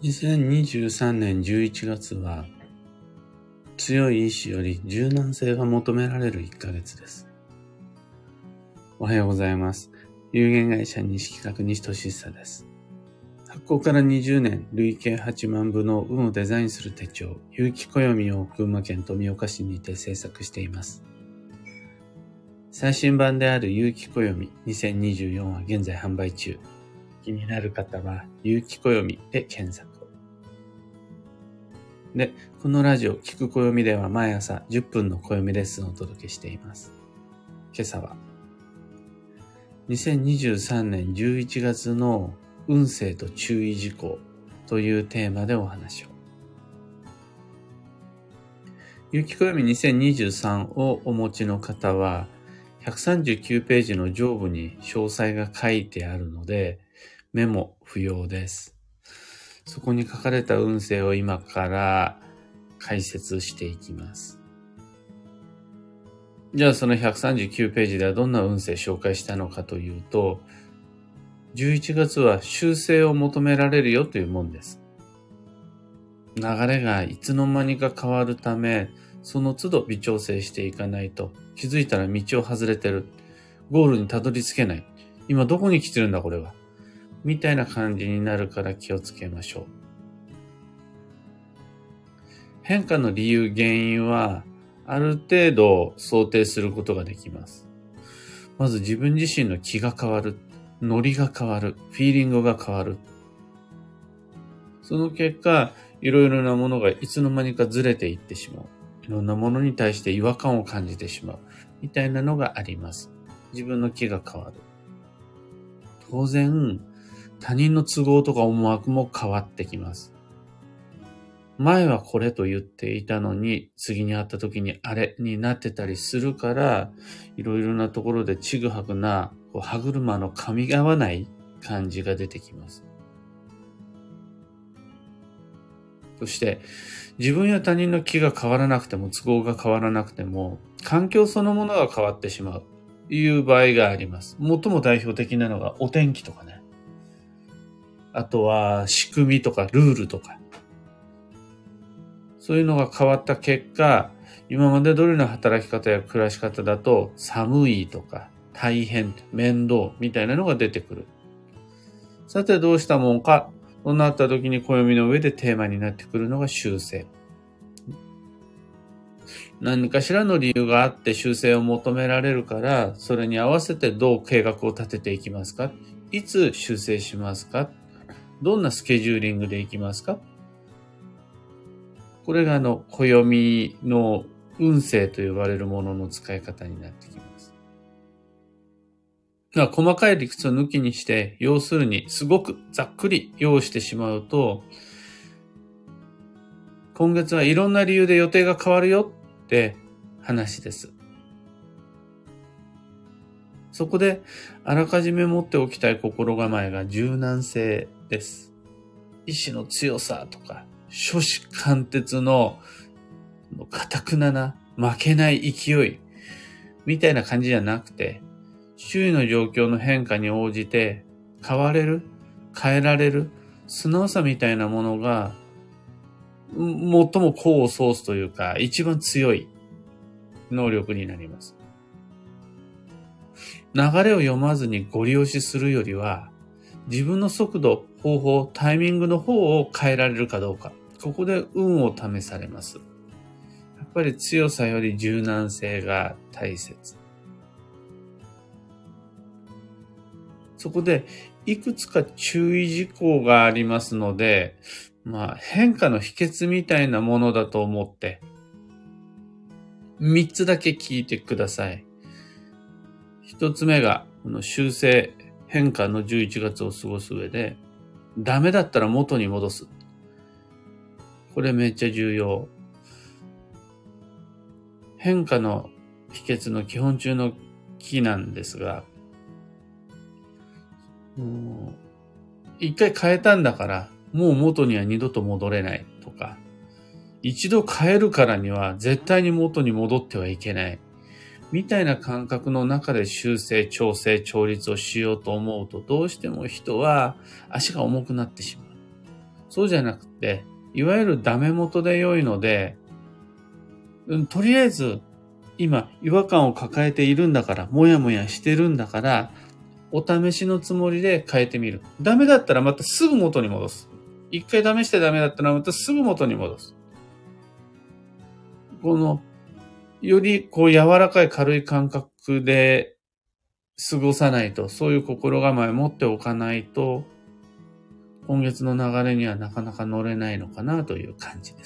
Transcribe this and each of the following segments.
2023年11月は強い意志より柔軟性が求められる1ヶ月です。おはようございます。有限会社西企画西俊久です。発行から20年、累計8万部の運をデザインする手帳、有機暦を群馬県富岡市にて制作しています。最新版である有機暦2024は現在販売中。気になる方は有機暦で検索を。で、このラジオ聞く暦では毎朝10分の暦レッスンをお届けしています。今朝は2023年11月の運勢と注意事項というテーマでお話を。有機暦2023をお持ちの方は139ページの上部に詳細が書いてあるのでメモ不要です。そこに書かれた運勢を今から解説していきます。じゃあその139ページではどんな運勢を紹介したのかというと、11月は修正を求められるよというもんです。流れがいつの間にか変わるため、その都度微調整していかないと、気づいたら道を外れてる。ゴールにたどり着けない。今どこに来てるんだこれは。みたいな感じになるから気をつけましょう。変化の理由、原因はある程度想定することができます。まず自分自身の気が変わる。ノリが変わる。フィーリングが変わる。その結果、いろいろなものがいつの間にかずれていってしまう。いろんなものに対して違和感を感じてしまう。みたいなのがあります。自分の気が変わる。当然、他人の都合とか思惑も変わってきます。前はこれと言っていたのに、次に会った時にあれになってたりするから、いろいろなところでちぐはぐな、歯車の噛み合わない感じが出てきます。そして、自分や他人の気が変わらなくても、都合が変わらなくても、環境そのものが変わってしまうという場合があります。最も代表的なのがお天気とかね。あとは仕組みとかルールとか。そういうのが変わった結果、今まで通りの働き方や暮らし方だと寒いとか大変、面倒みたいなのが出てくる。さてどうしたもんかとなった時に暦の上でテーマになってくるのが修正。何かしらの理由があって修正を求められるから、それに合わせてどう計画を立てていきますか？いつ修正しますか？どんなスケジューリングでいきますか？これが暦の運勢と呼ばれるものの使い方になってきます。細かい理屈を抜きにして、要するにすごくざっくり用意してしまうと、今月はいろんな理由で予定が変わるよって話です。そこであらかじめ持っておきたい心構えが柔軟性です。意志の強さとか、初志貫徹の堅くな負けない勢いみたいな感じじゃなくて、周囲の状況の変化に応じて変われる、変えられる素直さみたいなものが最も功を奏すというか一番強い能力になります。流れを読まずにご利用しするよりは自分の速度、方法、タイミングの方を変えられるかどうか、ここで運を試されます。やっぱり強さより柔軟性が大切。そこでいくつか注意事項がありますので、変化の秘訣みたいなものだと思って3つだけ聞いてください。1つ目がこの修正変化の11月を過ごす上で、ダメだったら元に戻す。これめっちゃ重要。変化の秘訣の基本中のキーなんですが、一回変えたんだからもう元には二度と戻れないとか、一度変えるからには絶対に元に戻ってはいけないみたいな感覚の中で修正、調整、調律をしようと思うと、どうしても人は足が重くなってしまう。 そうじゃなくて、いわゆるダメ元で良いので、とりあえず、今、違和感を抱えているんだから、もやもやしてるんだから、お試しのつもりで変えてみる。ダメだったらまたすぐ元に戻す。一回試してダメだったらまたすぐ元に戻す。より柔らかい軽い感覚で過ごさないと、そういう心構えを持っておかないと、今月の流れにはなかなか乗れないのかなという感じです。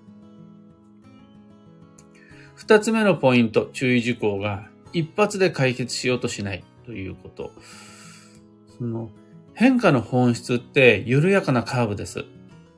二つ目のポイント、注意事項が、一発で解決しようとしないということ。変化の本質って緩やかなカーブです。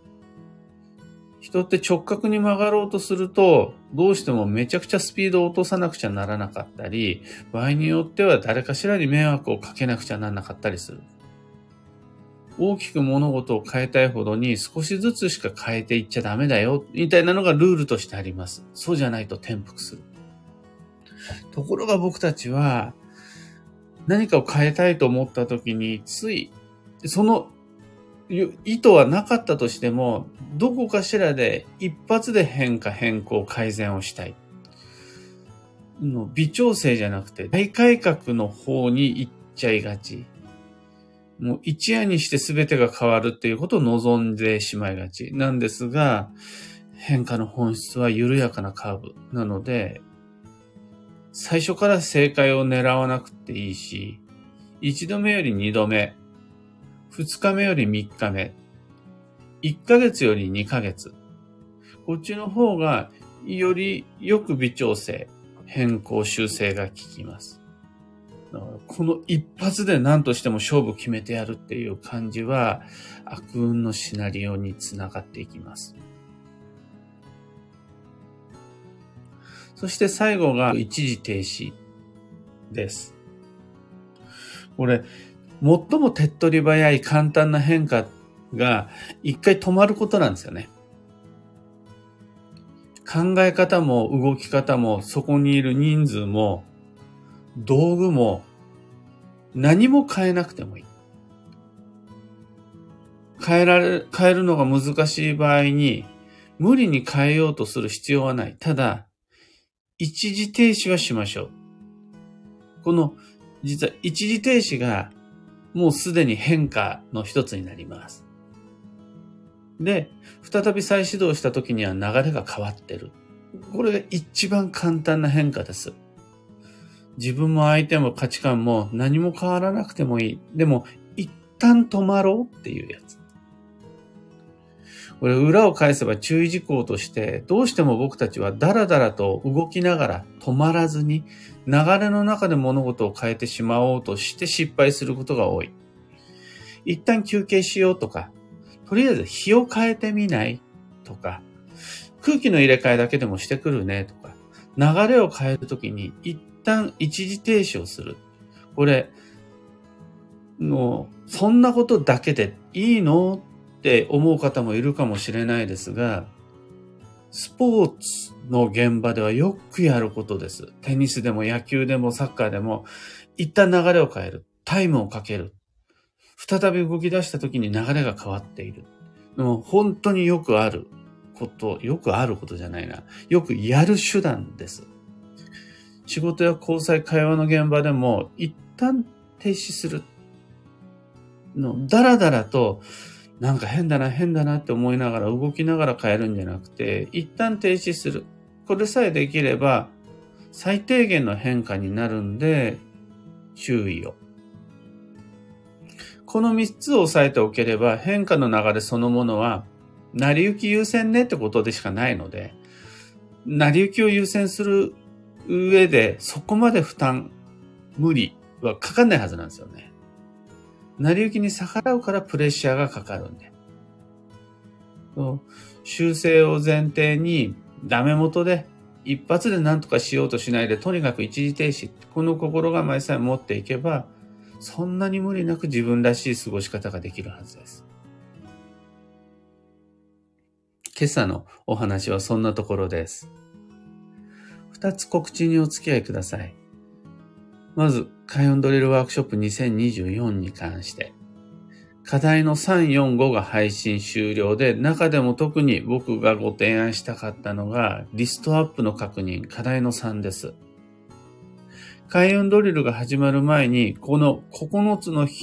人って直角に曲がろうとすると、どうしてもめちゃくちゃスピードを落とさなくちゃならなかったり、場合によっては誰かしらに迷惑をかけなくちゃならなかったりする。大きく物事を変えたいほどに少しずつしか変えていっちゃダメだよ、みたいなのがルールとしてあります。そうじゃないと転覆する。ところが僕たちは、何かを変えたいと思った時に、つい、その意図はなかったとしても、どこかしらで一発で変更、改善をしたい。微調整じゃなくて、大改革の方に行っちゃいがち。もう一夜にして全てが変わるっていうことを望んでしまいがちなんですが、変化の本質は緩やかなカーブなので、最初から正解を狙わなくていいし、一度目より二度目、二日目より三日目、一ヶ月より二ヶ月。こっちの方がよりよく微調整、変更、修正が効きます。この一発で何としても勝負決めてやるっていう感じは悪運のシナリオにつながっていきます。そして最後が一時停止です。これ、最も手っ取り早い簡単な変化が一回止まることなんですよね。考え方も動き方もそこにいる人数も道具も何も変えなくてもいい。変えるのが難しい場合に無理に変えようとする必要はない。ただ、一時停止はしましょう。この実は一時停止がもうすでに変化の一つになります。で、再び再始動した時には流れが変わってる。これが一番簡単な変化です。自分も相手も価値観も何も変わらなくてもいい。でも、一旦止まろうっていうやつ。これ裏を返せば注意事項として、どうしても僕たちはダラダラと動きながら止まらずに、流れの中で物事を変えてしまおうとして失敗することが多い。一旦休憩しようとか、とりあえず日を変えてみないとか、空気の入れ替えだけでもしてくるねとか、流れを変えるときに一旦一時停止をする。これ、そんなことだけでいいのって思う方もいるかもしれないですが、スポーツの現場ではよくやることです。テニスでも野球でもサッカーでも、一旦流れを変える。タイムをかける。再び動き出した時に流れが変わっている。本当によくあることじゃないな。よくやる手段です。仕事や交際会話の現場でも一旦停止する。だらだらとなんか変だなって思いながら動きながら変えるんじゃなくて、一旦停止する。これさえできれば最低限の変化になるんで、注意を。この3つを押さえておければ変化の流れそのものは成り行き優先ねってことでしかないので、成り行きを優先する上でそこまで負担、無理はかかんないはずなんですよね。成り行きに逆らうからプレッシャーがかかるんで。修正を前提にダメ元で一発で何とかしようとしないで、とにかく一時停止、この心構えさえ持っていけば、そんなに無理なく自分らしい過ごし方ができるはずです。今朝のお話はそんなところです。2つ告知にお付き合いください。まず、開運ドリルワークショップ2024に関して。 課題の3、4、5が配信終了で、中でも特に僕がご提案したかったのが、リストアップの確認、課題の3です。開運ドリルが始まる前に、この9つの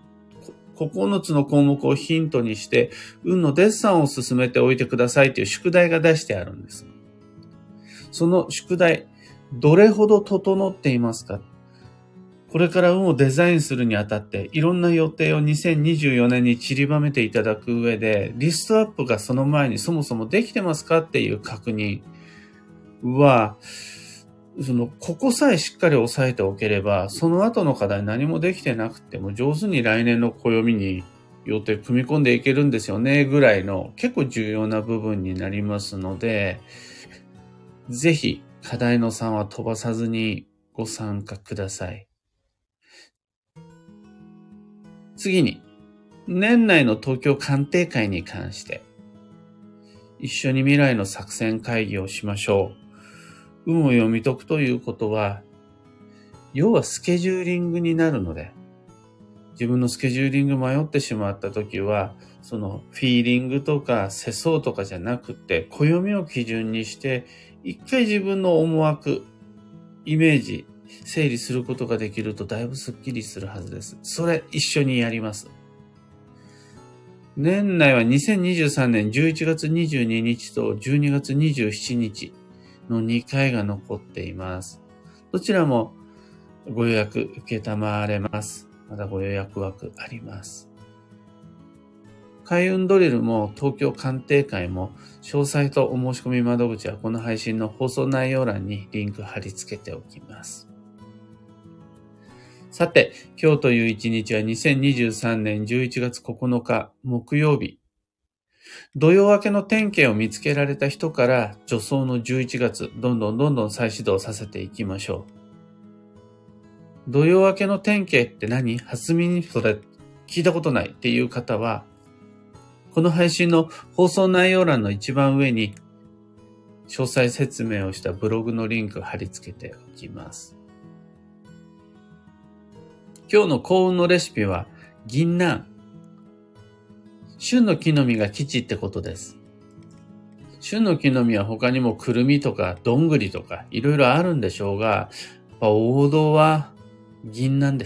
項目をヒントにして、運のデッサンを進めておいてくださいという宿題が出してあるんです。その宿題、どれほど整っていますか？これから運をデザインするにあたって、いろんな予定を2024年に散りばめていただく上で、リストアップがその前にそもそもできてますかっていう確認は、ここさえしっかり押さえておければ、その後の課題何もできてなくても、上手に来年の暦に予定組み込んでいけるんですよね、ぐらいの結構重要な部分になりますので、ぜひ課題の3は飛ばさずにご参加ください。次に、年内の東京鑑定会に関して、一緒に未来の作戦会議をしましょう。運を読み解くということは、要はスケジューリングになるので、自分のスケジューリング迷ってしまったときは、そのフィーリングとか世相とかじゃなくて、暦を基準にして、一回自分の思惑、イメージ、整理することができるとだいぶスッキリするはずです。それ一緒にやります。年内は2023年11月22日と12月27日の2回が残っています。どちらもご予約受けたまわれます。まだご予約枠あります。開運ドリルも東京鑑定会も詳細とお申し込み窓口はこの配信の放送内容欄にリンク貼り付けておきます。さて、今日という一日は2023年11月9日木曜日。土曜明けの天気を見つけられた人から助走の11月、どんどん再始動させていきましょう。土曜明けの天気って何？初耳それ聞いたことないっていう方は、この配信の放送内容欄の一番上に詳細説明をしたブログのリンク貼り付けておきます。今日の幸運のレシピは銀杏。旬の木の実が吉ってことです。旬の木の実は他にもくるみとかどんぐりとかいろいろあるんでしょうが、王道は銀杏です。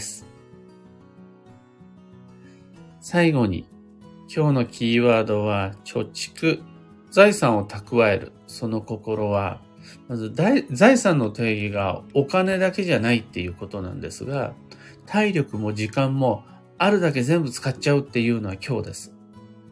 最後に今日のキーワードは貯蓄。財産を蓄える。その心は、まず財産の定義がお金だけじゃないっていうことなんですが、体力も時間もあるだけ全部使っちゃうっていうのは今日です。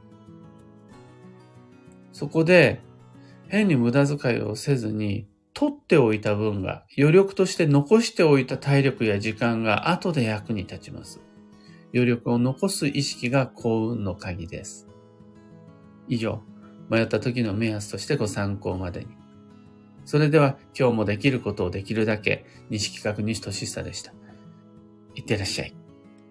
そこで変に無駄遣いをせずに取っておいた分が余力として残しておいた体力や時間が後で役に立ちます。余力を残す意識が幸運の鍵です。以上、迷った時の目安としてご参考までに。それでは今日もできることをできるだけ、西企画西俊久でした。いってらっしゃい。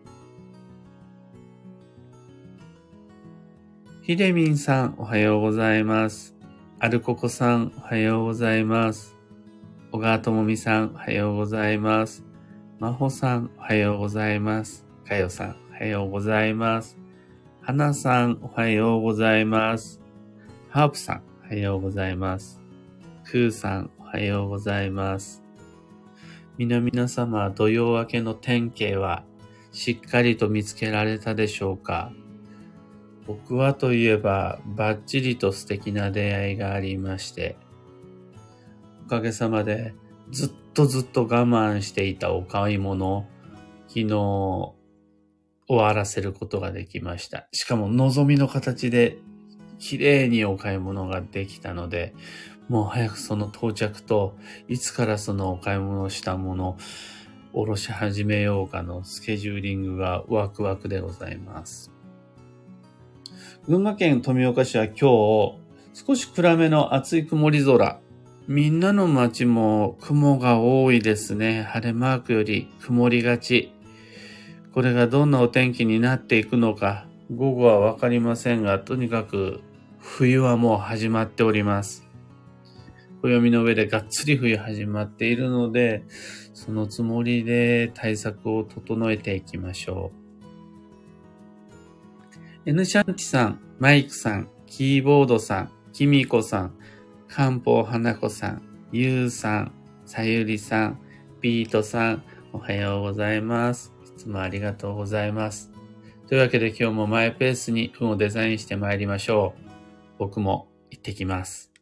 ひでみんさん、おはようございます。アルココさん、おはようございます。小川智美さん、おはようございます。まほさん、おはようございます。かよさん、おはようございます。はなさん、おはようございます。ハープさん、おはようございます。クーさん、おはようございます。皆様、土曜明けの天気はしっかりと見つけられたでしょうか？僕はといえばバッチリと素敵な出会いがありまして、おかげさまでずっと我慢していたお買い物、昨日終わらせることができました。しかも望みの形で綺麗にお買い物ができたので、もう早くその到着と、いつからそのお買い物をしたもの、おろし始めようかのスケジューリングがワクワクでございます。群馬県富岡市は今日、少し暗めの厚い曇り空。みんなの街も雲が多いですね。晴れマークより曇りがち。これがどんなお天気になっていくのか、午後はわかりませんが、とにかく冬はもう始まっております。暦の上でがっつり冬始まっているので、そのつもりで対策を整えていきましょう。 N シャンティさん、マイクさん、キーボードさん、キミコさん、カンポウ花子さん、ユウさん、さゆりさん、ビートさん、おはようございます。いつもありがとうございます。というわけで今日もマイペースに運をデザインしてまいりましょう。僕も行ってきます。